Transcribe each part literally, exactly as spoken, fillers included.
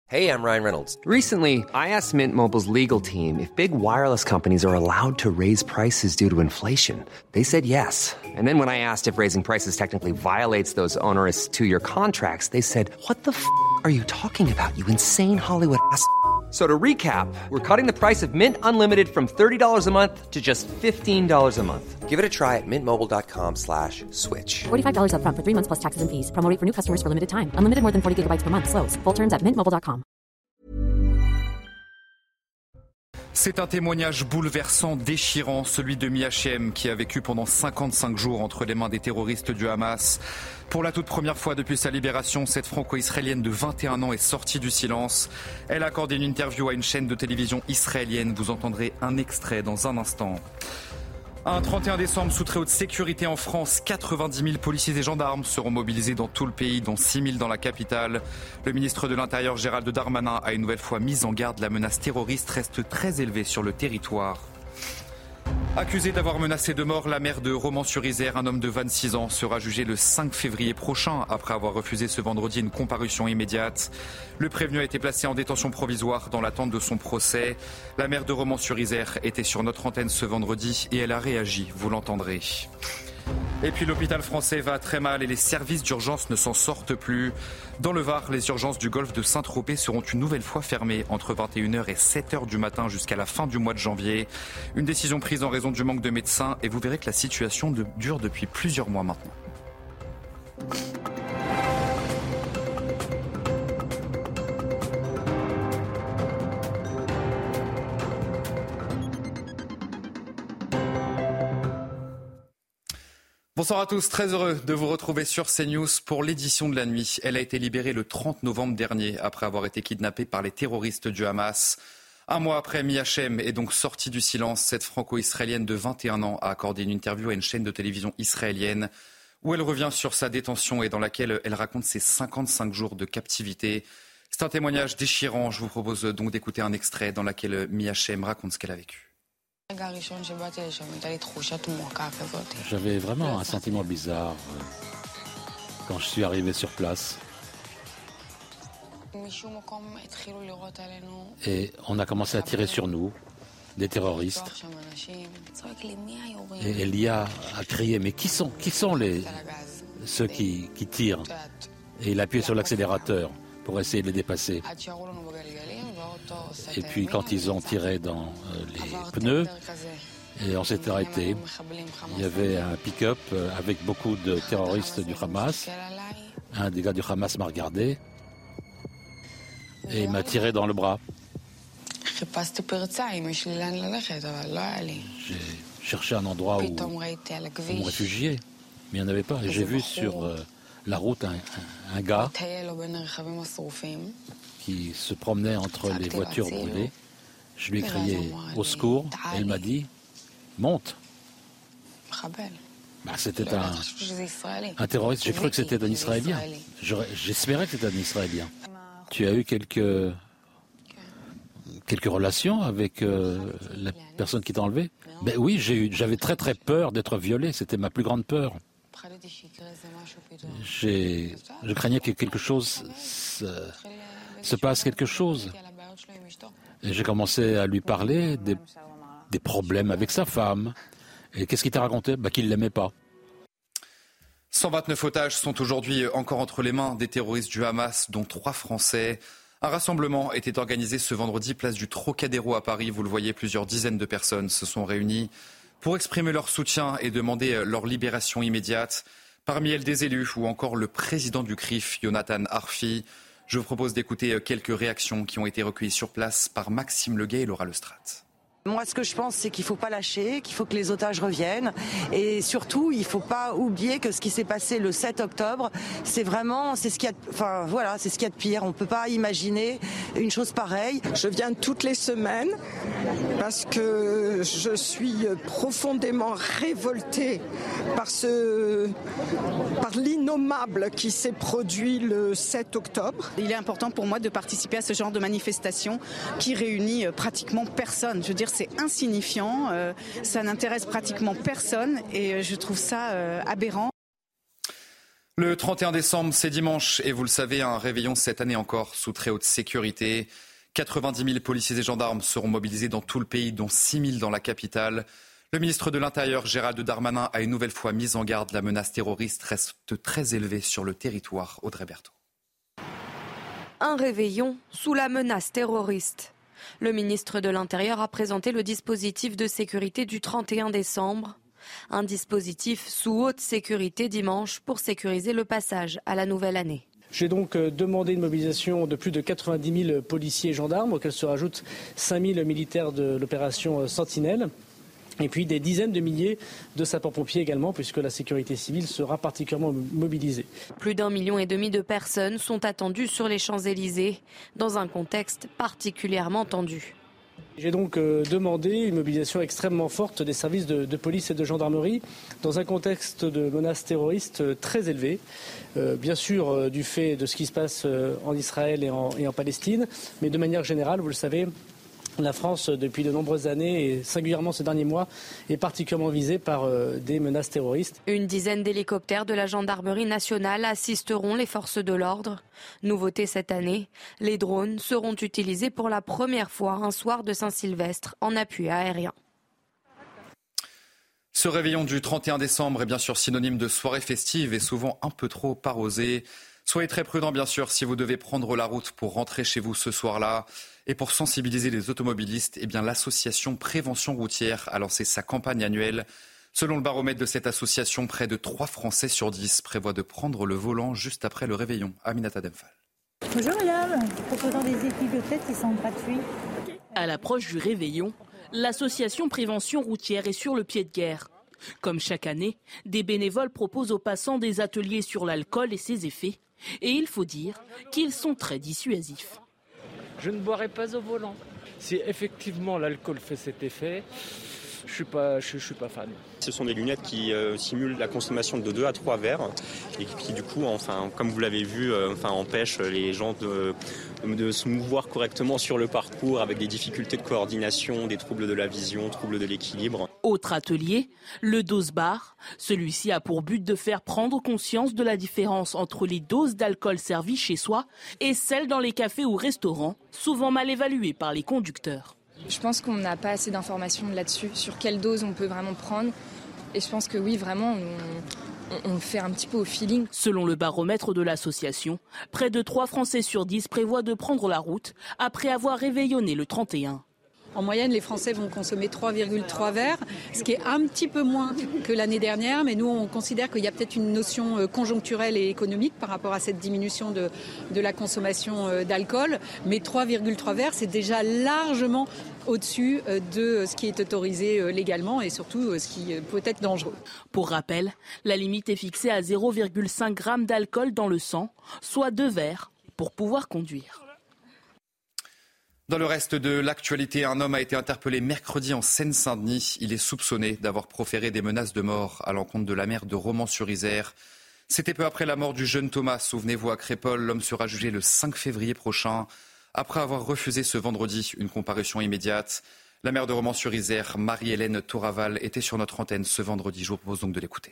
Hey, I'm Ryan Reynolds. Recently, I asked Mint Mobile's legal team if big wireless companies are allowed to raise prices due to inflation. They said yes. And then when I asked if raising prices technically violates those onerous two-year contracts, they said, what the f*** are you talking about, you insane Hollywood ass f- So to recap, we're cutting the price of Mint Unlimited from thirty dollars a month to just fifteen dollars a month. Give it a try at mintmobile.com slash switch. forty-five dollars up front for three months plus taxes and fees. Promo rate for new customers for limited time. Unlimited more than forty gigabytes per month. Slows full terms at mint mobile dot com. C'est un témoignage bouleversant, déchirant, celui de Mia Shem, qui a vécu pendant cinquante-cinq jours entre les mains des terroristes du Hamas. Pour la toute première fois depuis sa libération, cette franco-israélienne de vingt et un ans est sortie du silence. Elle a accordé une interview à une chaîne de télévision israélienne. Vous entendrez un extrait dans un instant. Un trente et un décembre sous très haute sécurité en France, quatre-vingt-dix mille policiers et gendarmes seront mobilisés dans tout le pays, dont six mille dans la capitale. Le ministre de l'Intérieur Gérald Darmanin a une nouvelle fois mis en garde. La menace terroriste reste très élevée sur le territoire. Accusé d'avoir menacé de mort la mère de Romans-sur-Isère, un homme de vingt-six ans sera jugé le cinq février prochain après avoir refusé ce vendredi une comparution immédiate. Le prévenu a été placé en détention provisoire dans l'attente de son procès. La mère de Romans-sur-Isère était sur notre antenne ce vendredi et elle a réagi, vous l'entendrez. Et puis l'hôpital français va très mal et les services d'urgence ne s'en sortent plus. Dans le Var, les urgences du golfe de Saint-Tropez seront une nouvelle fois fermées entre vingt et une heures et sept heures du matin jusqu'à la fin du mois de janvier. Une décision prise en raison du manque de médecins et vous verrez que la situation de, dure depuis plusieurs mois maintenant. Bonsoir à tous, très heureux de vous retrouver sur CNews pour l'édition de la nuit. Elle a été libérée le trente novembre dernier après avoir été kidnappée par les terroristes du Hamas. Un mois après, Mia Shem est donc sortie du silence. Cette franco-israélienne de vingt et un ans a accordé une interview à une chaîne de télévision israélienne où elle revient sur sa détention et dans laquelle elle raconte ses cinquante-cinq jours de captivité. C'est un témoignage déchirant. Je vous propose donc d'écouter un extrait dans lequel Mia Shem raconte ce qu'elle a vécu. J'avais vraiment un sentiment bizarre euh, quand je suis arrivé sur place. Et on a commencé à tirer sur nous, des terroristes. Et Elia a crié, mais qui sont, qui sont les, ceux qui, qui tirent? Et il a appuyé sur l'accélérateur pour essayer de les dépasser. Et puis quand ils ont tiré dans euh, les pneus, et on s'est arrêté, il y avait un pick-up avec beaucoup de terroristes du Hamas. Un des gars du Hamas m'a regardé et il m'a tiré dans le bras. J'ai cherché un endroit où, où me réfugier, mais il n'y en avait pas. Et j'ai vu sur euh, la route un, un, un gars qui se promenait entre les voitures brûlées. Je lui ai crié au secours et il m'a dit « Monte ». Bah, c'était un, un terroriste. J'ai cru que c'était un Israélien. J'espérais que c'était un Israélien. Tu as eu quelques, quelques relations avec euh, la personne qui t'a enlevé? Ben oui, j'ai eu, j'avais très très peur d'être violé. C'était ma plus grande peur. J'ai, je craignais que quelque chose se, se passe quelque chose. Et j'ai commencé à lui parler des, des problèmes avec sa femme. Et qu'est-ce qu'il t'a raconté? Bah, qu'il ne l'aimait pas. cent vingt-neuf otages sont aujourd'hui encore entre les mains des terroristes du Hamas, dont trois Français. Un rassemblement était organisé ce vendredi, place du Trocadéro à Paris. Vous le voyez, plusieurs dizaines de personnes se sont réunies pour exprimer leur soutien et demander leur libération immédiate. Parmi elles, des élus ou encore le président du C R I F, Jonathan Arfi. Je vous propose d'écouter quelques réactions qui ont été recueillies sur place par Maxime Leguet et Laura Lestrade. Moi, ce que je pense, c'est qu'il ne faut pas lâcher, qu'il faut que les otages reviennent. Et surtout, il ne faut pas oublier que ce qui s'est passé le sept octobre, c'est vraiment, c'est ce qu'il y a de, enfin, voilà, c'est ce qu'il y a de pire. On ne peut pas imaginer une chose pareille. Je viens toutes les semaines parce que je suis profondément révoltée par, ce, par l'innommable qui s'est produit le sept octobre. Il est important pour moi de participer à ce genre de manifestation qui réunit pratiquement personne. Je veux dire, c'est insignifiant, euh, ça n'intéresse pratiquement personne et je trouve ça euh, aberrant. Le trente et un décembre, c'est dimanche et vous le savez, un réveillon cette année encore sous très haute sécurité. quatre-vingt-dix mille policiers et gendarmes seront mobilisés dans tout le pays, dont six mille dans la capitale. Le ministre de l'Intérieur, Gérald Darmanin, a une nouvelle fois mis en garde. La menace terroriste reste très élevée sur le territoire. Audrey Berthaud. Un réveillon sous la menace terroriste. Le ministre de l'Intérieur a présenté le dispositif de sécurité du trente et un décembre. Un dispositif sous haute sécurité dimanche pour sécuriser le passage à la nouvelle année. J'ai donc demandé une mobilisation de plus de quatre-vingt-dix mille policiers et gendarmes, auxquels se rajoutent cinq mille militaires de l'opération Sentinelle. Et puis des dizaines de milliers de sapeurs-pompiers également, puisque la sécurité civile sera particulièrement mobilisée. Plus d'un million et demi de personnes sont attendues sur les Champs-Élysées, dans un contexte particulièrement tendu. J'ai donc euh, demandé une mobilisation extrêmement forte des services de, de police et de gendarmerie dans un contexte de menaces terroristes euh, très élevé, euh, bien sûr euh, du fait de ce qui se passe euh, en Israël et en, et en Palestine, mais de manière générale, vous le savez, la France, depuis de nombreuses années, et singulièrement ces derniers mois, est particulièrement visée par euh, des menaces terroristes. Une dizaine d'hélicoptères de la gendarmerie nationale assisteront les forces de l'ordre. Nouveauté cette année, les drones seront utilisés pour la première fois un soir de Saint-Sylvestre en appui aérien. Ce réveillon du trente et un décembre est bien sûr synonyme de soirée festive et souvent un peu trop arrosée. Soyez très prudents bien sûr si vous devez prendre la route pour rentrer chez vous ce soir-là. Et pour sensibiliser les automobilistes, eh bien, l'association Prévention Routière a lancé sa campagne annuelle. Selon le baromètre de cette association, près de trois Français sur dix prévoient de prendre le volant juste après le réveillon. Aminata Demphal. Bonjour madame, proposant des équipes de tête qui sont gratuits. À l'approche du réveillon, l'association Prévention Routière est sur le pied de guerre. Comme chaque année, des bénévoles proposent aux passants des ateliers sur l'alcool et ses effets. Et il faut dire qu'ils sont très dissuasifs. Je ne boirai pas au volant. Si effectivement l'alcool fait cet effet, je ne suis pas, je, je suis pas fan. Ce sont des lunettes qui euh, simulent la consommation de deux à trois verres et qui du coup, enfin, comme vous l'avez vu, euh, enfin, empêchent les gens de, de se mouvoir correctement sur le parcours avec des difficultés de coordination, des troubles de la vision, troubles de l'équilibre. Autre atelier, le dose bar. Celui-ci a pour but de faire prendre conscience de la différence entre les doses d'alcool servies chez soi et celles dans les cafés ou restaurants, souvent mal évaluées par les conducteurs. Je pense qu'on n'a pas assez d'informations là-dessus, sur quelle dose on peut vraiment prendre. Et je pense que oui, vraiment, on, on fait un petit peu au feeling. Selon le baromètre de l'association, près de trois Français sur dix prévoient de prendre la route après avoir réveillonné le trente et un. En moyenne, les Français vont consommer trois virgule trois verres, ce qui est un petit peu moins que l'année dernière. Mais nous, on considère qu'il y a peut-être une notion conjoncturelle et économique par rapport à cette diminution de, de la consommation d'alcool. Mais trois virgule trois verres, c'est déjà largement au-dessus de ce qui est autorisé légalement et surtout ce qui peut être dangereux. Pour rappel, la limite est fixée à zéro virgule cinq grammes d'alcool dans le sang, soit deux verres, pour pouvoir conduire. Dans le reste de l'actualité, un homme a été interpellé mercredi en Seine-Saint-Denis. Il est soupçonné d'avoir proféré des menaces de mort à l'encontre de la maire de Romans-sur-Isère. C'était peu après la mort du jeune Thomas, souvenez-vous, à Crépol. L'homme sera jugé le cinq février prochain, après avoir refusé ce vendredi une comparution immédiate. La maire de Romans-sur-Isère, Marie-Hélène Toraval, était sur notre antenne ce vendredi. Je vous propose donc de l'écouter.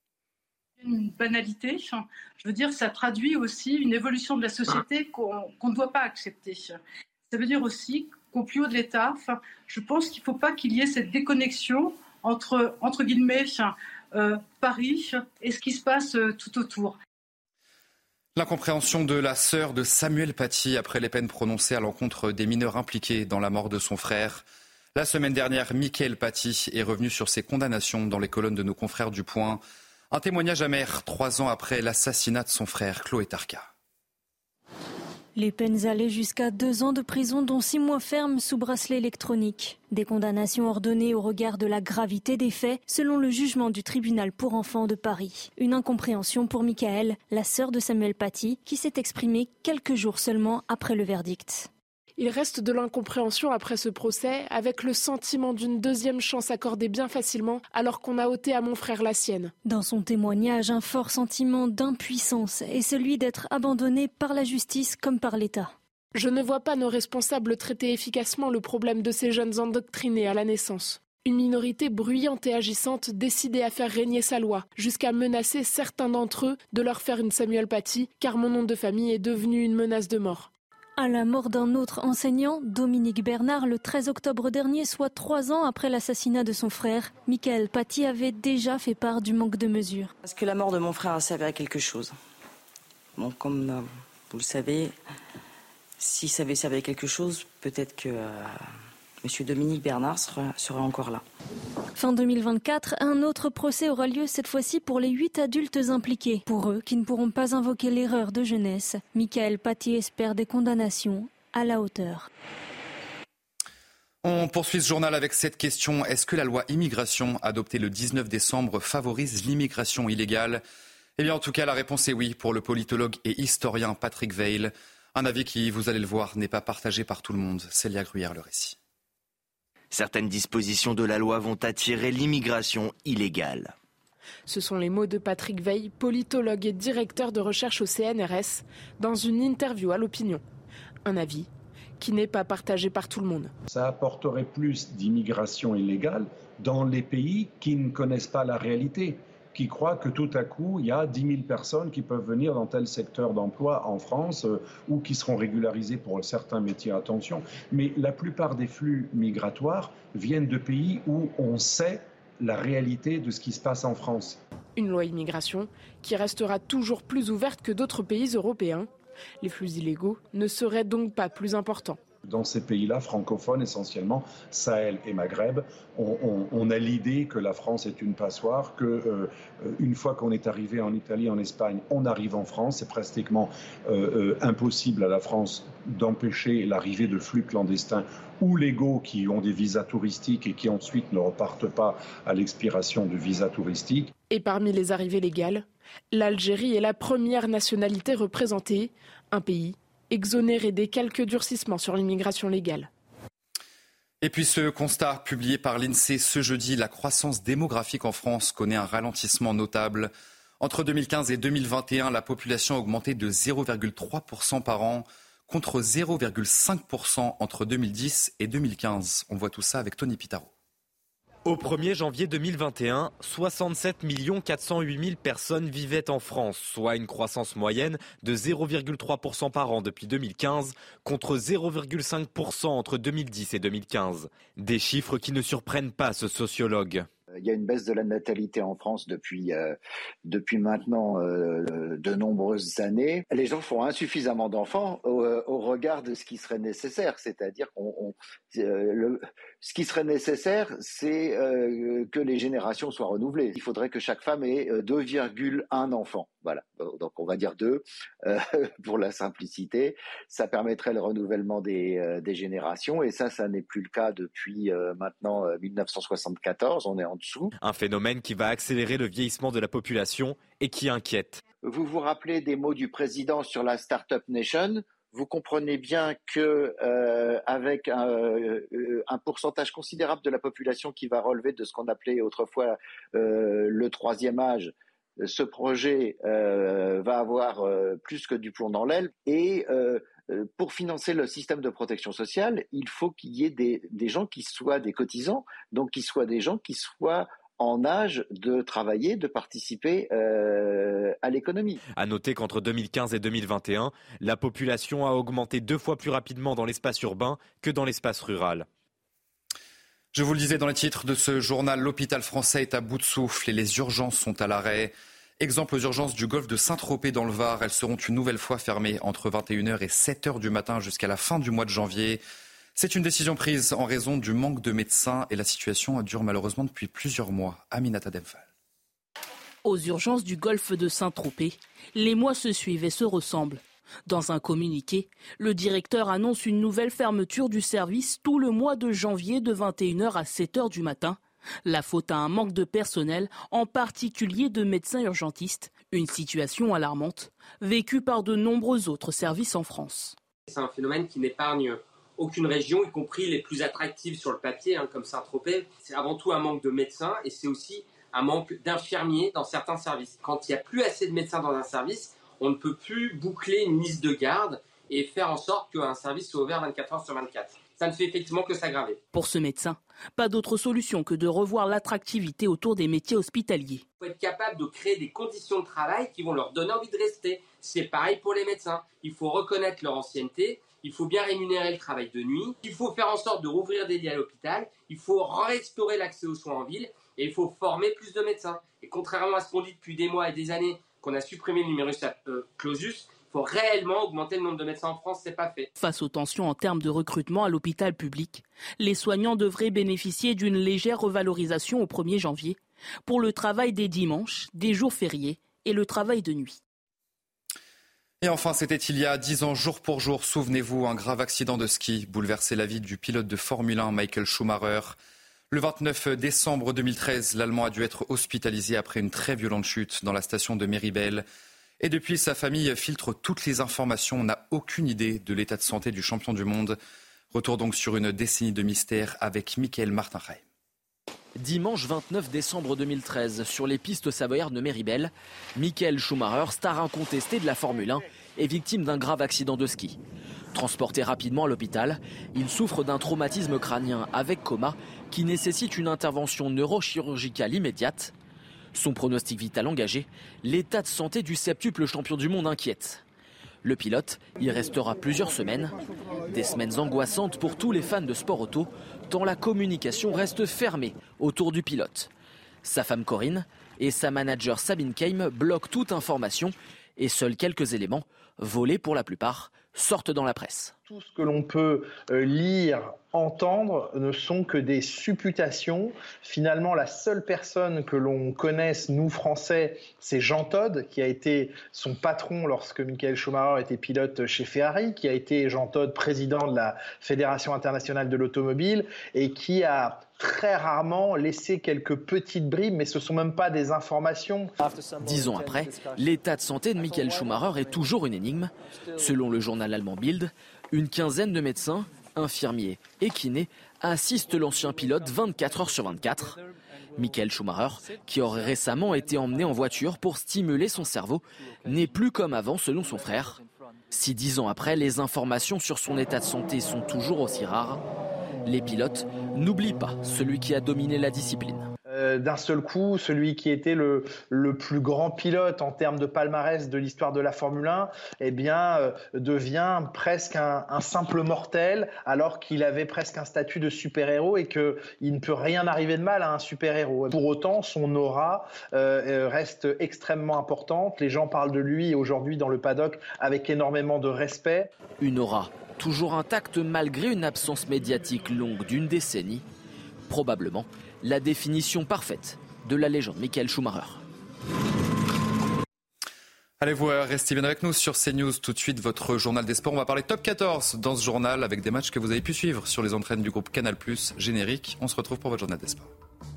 Une banalité, je veux dire, ça traduit aussi une évolution de la société qu'on, qu'on ne doit pas accepter. Ça veut dire aussi qu'au plus haut de l'État, enfin, je pense qu'il ne faut pas qu'il y ait cette déconnexion entre, entre guillemets, euh, Paris et ce qui se passe euh, tout autour. L'incompréhension de la sœur de Samuel Paty après les peines prononcées à l'encontre des mineurs impliqués dans la mort de son frère. La semaine dernière, Mickaël Paty est revenu sur ses condamnations dans les colonnes de nos confrères du Point. Un témoignage amer, trois ans après l'assassinat de son frère, Chloé Tarka. Les peines allaient jusqu'à deux ans de prison, dont six mois fermes sous bracelet électronique. Des condamnations ordonnées au regard de la gravité des faits, selon le jugement du tribunal pour enfants de Paris. Une incompréhension pour Mickaël, la sœur de Samuel Paty, qui s'est exprimée quelques jours seulement après le verdict. Il reste de l'incompréhension après ce procès, avec le sentiment d'une deuxième chance accordée bien facilement, alors qu'on a ôté à mon frère la sienne. Dans son témoignage, un fort sentiment d'impuissance est celui d'être abandonné par la justice comme par l'État. Je ne vois pas nos responsables traiter efficacement le problème de ces jeunes endoctrinés à la naissance. Une minorité bruyante et agissante décidée à faire régner sa loi, jusqu'à menacer certains d'entre eux de leur faire une Samuel Paty, car mon nom de famille est devenu une menace de mort. À la mort d'un autre enseignant, Dominique Bernard, le treize octobre dernier, soit trois ans après l'assassinat de son frère, Michael Paty avait déjà fait part du manque de mesures. Parce que la mort de mon frère a servi à quelque chose. Bon, comme euh, vous le savez, si ça avait servi à quelque chose, peut-être que euh, M. Dominique Bernard sera, sera encore là. Fin deux mille vingt-quatre, un autre procès aura lieu cette fois-ci pour les huit adultes impliqués. Pour eux, qui ne pourront pas invoquer l'erreur de jeunesse, Michael Paty espère des condamnations à la hauteur. On poursuit ce journal avec cette question. Est-ce que la loi immigration adoptée le dix-neuf décembre favorise l'immigration illégale ? Eh bien, en tout cas, la réponse est oui pour le politologue et historien Patrick Weil. Un avis qui, vous allez le voir, n'est pas partagé par tout le monde. Célia Gruyère, le récit. Certaines dispositions de la loi vont attirer l'immigration illégale. Ce sont les mots de Patrick Weil, politologue et directeur de recherche au C N R S, dans une interview à l'Opinion. Un avis qui n'est pas partagé par tout le monde. Ça apporterait plus d'immigration illégale dans les pays qui ne connaissent pas la réalité, qui croient que tout à coup, il y a dix mille personnes qui peuvent venir dans tel secteur d'emploi en France euh, ou qui seront régularisées pour certains métiers, attention. Mais la plupart des flux migratoires viennent de pays où on sait la réalité de ce qui se passe en France. Une loi immigration qui restera toujours plus ouverte que d'autres pays européens. Les flux illégaux ne seraient donc pas plus importants. Dans ces pays-là, francophones essentiellement, Sahel et Maghreb, on, on, on a l'idée que la France est une passoire, que euh, une fois qu'on est arrivé en Italie, en Espagne, on arrive en France. C'est pratiquement euh, euh, impossible à la France d'empêcher l'arrivée de flux clandestins ou légaux qui ont des visas touristiques et qui ensuite ne repartent pas à l'expiration du visa touristique. Et parmi les arrivées légales, l'Algérie est la première nationalité représentée, un pays exonéré des quelques durcissements sur l'immigration légale. Et puis ce constat publié par l'INSEE ce jeudi, la croissance démographique en France connaît un ralentissement notable. Entre deux mille quinze et deux mille vingt et un, la population a augmenté de zéro virgule trois pour cent par an contre zéro virgule cinq pour cent entre deux mille dix et deux mille quinze. On voit tout ça avec Tony Pitaro. Au premier janvier deux mille vingt et un, soixante-sept millions quatre cent huit mille personnes vivaient en France, soit une croissance moyenne de zéro virgule trois pour cent par an depuis deux mille quinze, contre zéro virgule cinq pour cent entre deux mille dix et deux mille quinze. Des chiffres qui ne surprennent pas ce sociologue. Il y a une baisse de la natalité en France depuis, euh, depuis maintenant euh, de nombreuses années. Les gens font insuffisamment d'enfants au, au regard de ce qui serait nécessaire. C'est-à-dire qu'on, on, euh, le, ce qui serait nécessaire, c'est euh, que les générations soient renouvelées. Il faudrait que chaque femme ait deux virgule un enfants. Voilà, donc on va dire deux euh, pour la simplicité. Ça permettrait le renouvellement des, euh, des générations et ça, ça n'est plus le cas depuis euh, maintenant euh, mille neuf cent soixante-quatorze, on est en dessous. Un phénomène qui va accélérer le vieillissement de la population et qui inquiète. Vous vous rappelez des mots du président sur la Startup Nation ? Vous comprenez bien que euh, avec un, euh, un pourcentage considérable de la population qui va relever de ce qu'on appelait autrefois euh, le troisième âge, ce projet euh, va avoir euh, plus que du plomb dans l'aile et euh, pour financer le système de protection sociale, il faut qu'il y ait des, des gens qui soient des cotisants, donc qui soient des gens qui soient en âge de travailler, de participer euh, à l'économie. À noter qu'entre deux mille quinze et deux mille vingt et un, la population a augmenté deux fois plus rapidement dans l'espace urbain que dans l'espace rural. Je vous le disais dans les titres de ce journal, l'hôpital français est à bout de souffle et les urgences sont à l'arrêt. Exemple aux urgences du golfe de Saint-Tropez dans le Var. Elles seront une nouvelle fois fermées entre vingt et une heures et sept heures du matin jusqu'à la fin du mois de janvier. C'est une décision prise en raison du manque de médecins et la situation dure malheureusement depuis plusieurs mois. Aminata Demphal. Aux urgences du golfe de Saint-Tropez, les mois se suivent et se ressemblent. Dans un communiqué, le directeur annonce une nouvelle fermeture du service tout le mois de janvier de vingt et une heures à sept heures du matin. La faute à un manque de personnel, en particulier de médecins urgentistes. Une situation alarmante, vécue par de nombreux autres services en France. C'est un phénomène qui n'épargne aucune région, y compris les plus attractives sur le papier, hein, comme Saint-Tropez. C'est avant tout un manque de médecins et c'est aussi un manque d'infirmiers dans certains services. Quand il n'y a plus assez de médecins dans un service, on ne peut plus boucler une liste de garde et faire en sorte qu'un service soit ouvert vingt-quatre heures sur vingt-quatre. Ça ne fait effectivement que s'aggraver. Pour ce médecin, pas d'autre solution que de revoir l'attractivité autour des métiers hospitaliers. Il faut être capable de créer des conditions de travail qui vont leur donner envie de rester. C'est pareil pour les médecins. Il faut reconnaître leur ancienneté, il faut bien rémunérer le travail de nuit, il faut faire en sorte de rouvrir des lits à l'hôpital, il faut restaurer l'accès aux soins en ville et il faut former plus de médecins. Et contrairement à ce qu'on dit depuis des mois et des années, qu'on a supprimé le numerus clausus, il faut réellement augmenter le nombre de médecins en France, c'est pas fait. Face aux tensions en termes de recrutement à l'hôpital public, les soignants devraient bénéficier d'une légère revalorisation au premier janvier pour le travail des dimanches, des jours fériés et le travail de nuit. Et enfin, c'était il y a dix ans, jour pour jour, souvenez-vous, un grave accident de ski bouleversait la vie du pilote de Formule un, Michael Schumacher. Le vingt-neuf décembre deux mille treize, l'Allemand a dû être hospitalisé après une très violente chute dans la station de Méribel. Et depuis, sa famille filtre toutes les informations. On n'a aucune idée de l'état de santé du champion du monde. Retour donc sur une décennie de mystère avec Mickaël Martin-Ray. Dimanche vingt-neuf décembre deux mille treize, sur les pistes savoyardes de Méribel, Michael Schumacher, star incontesté de la Formule un, est victime d'un grave accident de ski. Transporté rapidement à l'hôpital, il souffre d'un traumatisme crânien avec coma qui nécessite une intervention neurochirurgicale immédiate. Son pronostic vital engagé, l'état de santé du septuple champion du monde inquiète. Le pilote y restera plusieurs semaines. Des semaines angoissantes pour tous les fans de sport auto, tant la communication reste fermée autour du pilote. Sa femme Corinne et sa manager Sabine Keim bloquent toute information et seuls quelques éléments, volés pour la plupart, sortent dans la presse. Tout ce que l'on peut lire, entendre, ne sont que des supputations. Finalement, la seule personne que l'on connaisse, nous Français, c'est Jean Todt, qui a été son patron lorsque Michael Schumacher était pilote chez Ferrari, qui a été Jean Todt président de la Fédération internationale de l'automobile et qui a très rarement laissé quelques petites bribes, mais ce ne sont même pas des informations. Dix ans après, l'état de santé de Michael Schumacher est toujours une énigme. Selon le journal allemand Bild, une quinzaine de médecins, infirmiers et kinés assistent l'ancien pilote vingt-quatre heures sur vingt-quatre. Michael Schumacher, qui aurait récemment été emmené en voiture pour stimuler son cerveau, n'est plus comme avant selon son frère. Si dix ans après, les informations sur son état de santé sont toujours aussi rares, les pilotes n'oublient pas celui qui a dominé la discipline. Euh, d'un seul coup, celui qui était le, le plus grand pilote en termes de palmarès de l'histoire de la Formule un, eh bien, euh, devient presque un, un simple mortel, alors qu'il avait presque un statut de super-héros et qu'il ne peut rien arriver de mal à un super-héros. Pour autant, son aura euh, reste extrêmement importante. Les gens parlent de lui aujourd'hui dans le paddock avec énormément de respect. Une aura toujours intacte malgré une absence médiatique longue d'une décennie. Probablement la définition parfaite de la légende Michael Schumacher. Allez, vous restez bien avec nous sur CNews. Tout de suite, votre journal des sports. On va parler top quatorze dans ce journal avec des matchs que vous avez pu suivre sur les entraînes du groupe Canal plus. Générique, on se retrouve pour votre journal des sports.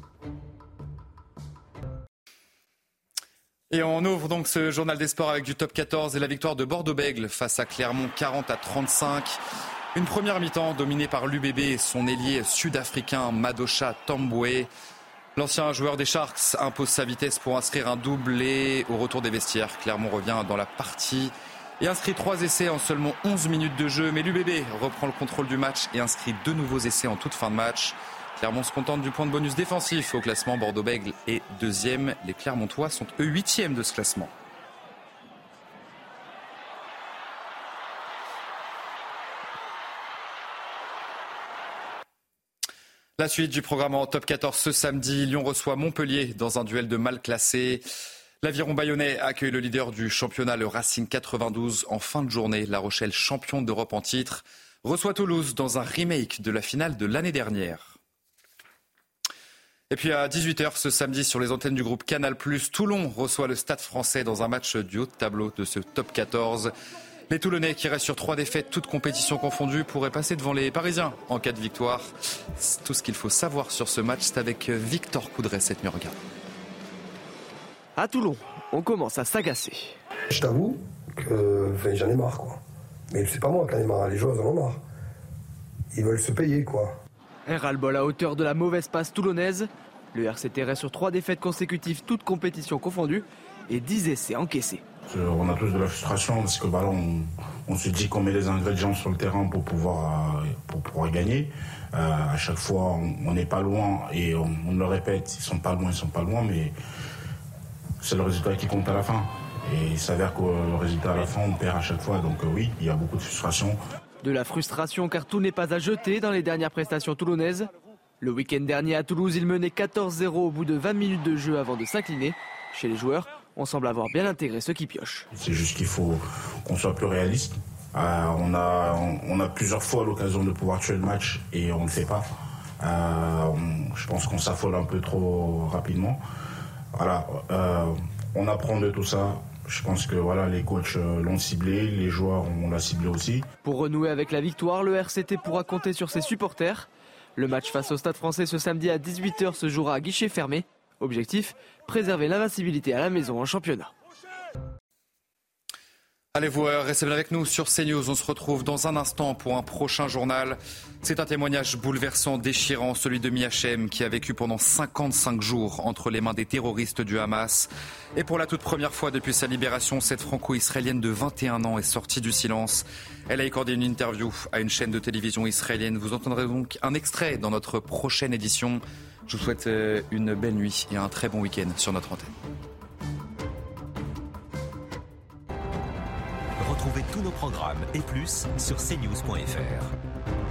Et on ouvre donc ce journal des sports avec du top quatorze et la victoire de Bordeaux-Bègles face à Clermont, quarante à trente-cinq. Une première mi-temps dominée par l'U B B et son ailier sud-africain Madocha Tamboué. L'ancien joueur des Sharks impose sa vitesse pour inscrire un doublé au retour des vestiaires. Clermont revient dans la partie et inscrit trois essais en seulement onze minutes de jeu. Mais l'U B B reprend le contrôle du match et inscrit deux nouveaux essais en toute fin de match. Clermont se contente du point de bonus défensif au classement. Bordeaux-Bègles est deuxième. Les Clermontois sont eux huitièmes de ce classement. La suite du programme en top quatorze ce samedi. Lyon reçoit Montpellier dans un duel de mal classés. L'Aviron bayonnais accueille le leader du championnat, le Racing quatre-vingt-douze, en fin de journée. La Rochelle, champion d'Europe en titre, reçoit Toulouse dans un remake de la finale de l'année dernière. Et puis à dix-huit heures ce samedi sur les antennes du groupe Canal plus, Toulon reçoit le Stade français dans un match du haut de tableau de ce top quatorze. Les Toulonnais qui restent sur trois défaites, toutes compétitions confondues, pourraient passer devant les Parisiens en cas de victoire. C'est tout ce qu'il faut savoir sur ce match, c'est avec Victor Coudray, cette nuit regarde. À Toulon, on commence à s'agacer. Je t'avoue que enfin, j'en ai marre, quoi. Mais c'est pas moi qui en ai marre, les joueurs en ont marre. Ils veulent se payer, quoi. Un ras-le-bol à hauteur de la mauvaise passe toulonnaise. Le R C T reste sur trois défaites consécutives, toutes compétitions confondues, et dix essais encaissés. On a tous de la frustration parce que bah là, on, on se dit qu'on met les ingrédients sur le terrain pour pouvoir, pour pouvoir gagner. Euh, à chaque fois, on n'est pas loin et on, on le répète, ils sont pas loin, ils sont pas loin, mais c'est le résultat qui compte à la fin. Et il s'avère que le résultat à la fin, on perd à chaque fois. Donc euh, oui, il y a beaucoup de frustration. De la frustration car tout n'est pas à jeter dans les dernières prestations toulonnaises. Le week-end dernier à Toulouse, il menait quatorze zéro au bout de vingt minutes de jeu avant de s'incliner. Chez les joueurs, on semble avoir bien intégré ceux qui piochent. C'est juste qu'il faut qu'on soit plus réaliste. Euh, on, a, on, on a plusieurs fois l'occasion de pouvoir tuer le match et on ne le fait pas. Euh, on, je pense qu'on s'affole un peu trop rapidement. Voilà, euh, on apprend de tout ça. Je pense que voilà, les coachs l'ont ciblé, les joueurs on l'a ciblé aussi. Pour renouer avec la victoire, le R C T pourra compter sur ses supporters. Le match face au Stade Français ce samedi à dix-huit heures se jouera à guichet fermé. Objectif, préserver l'invincibilité à la maison en championnat. Allez vous restez bien avec nous sur CNews. On se retrouve dans un instant pour un prochain journal. C'est un témoignage bouleversant, déchirant, celui de Miachem qui a vécu pendant cinquante-cinq jours entre les mains des terroristes du Hamas. Et pour la toute première fois depuis sa libération, cette franco-israélienne de vingt et un ans est sortie du silence. Elle a accordé une interview à une chaîne de télévision israélienne. Vous entendrez donc un extrait dans notre prochaine édition. Je vous souhaite une belle nuit et un très bon week-end sur notre antenne. Retrouvez tous nos programmes et plus sur c news point f r.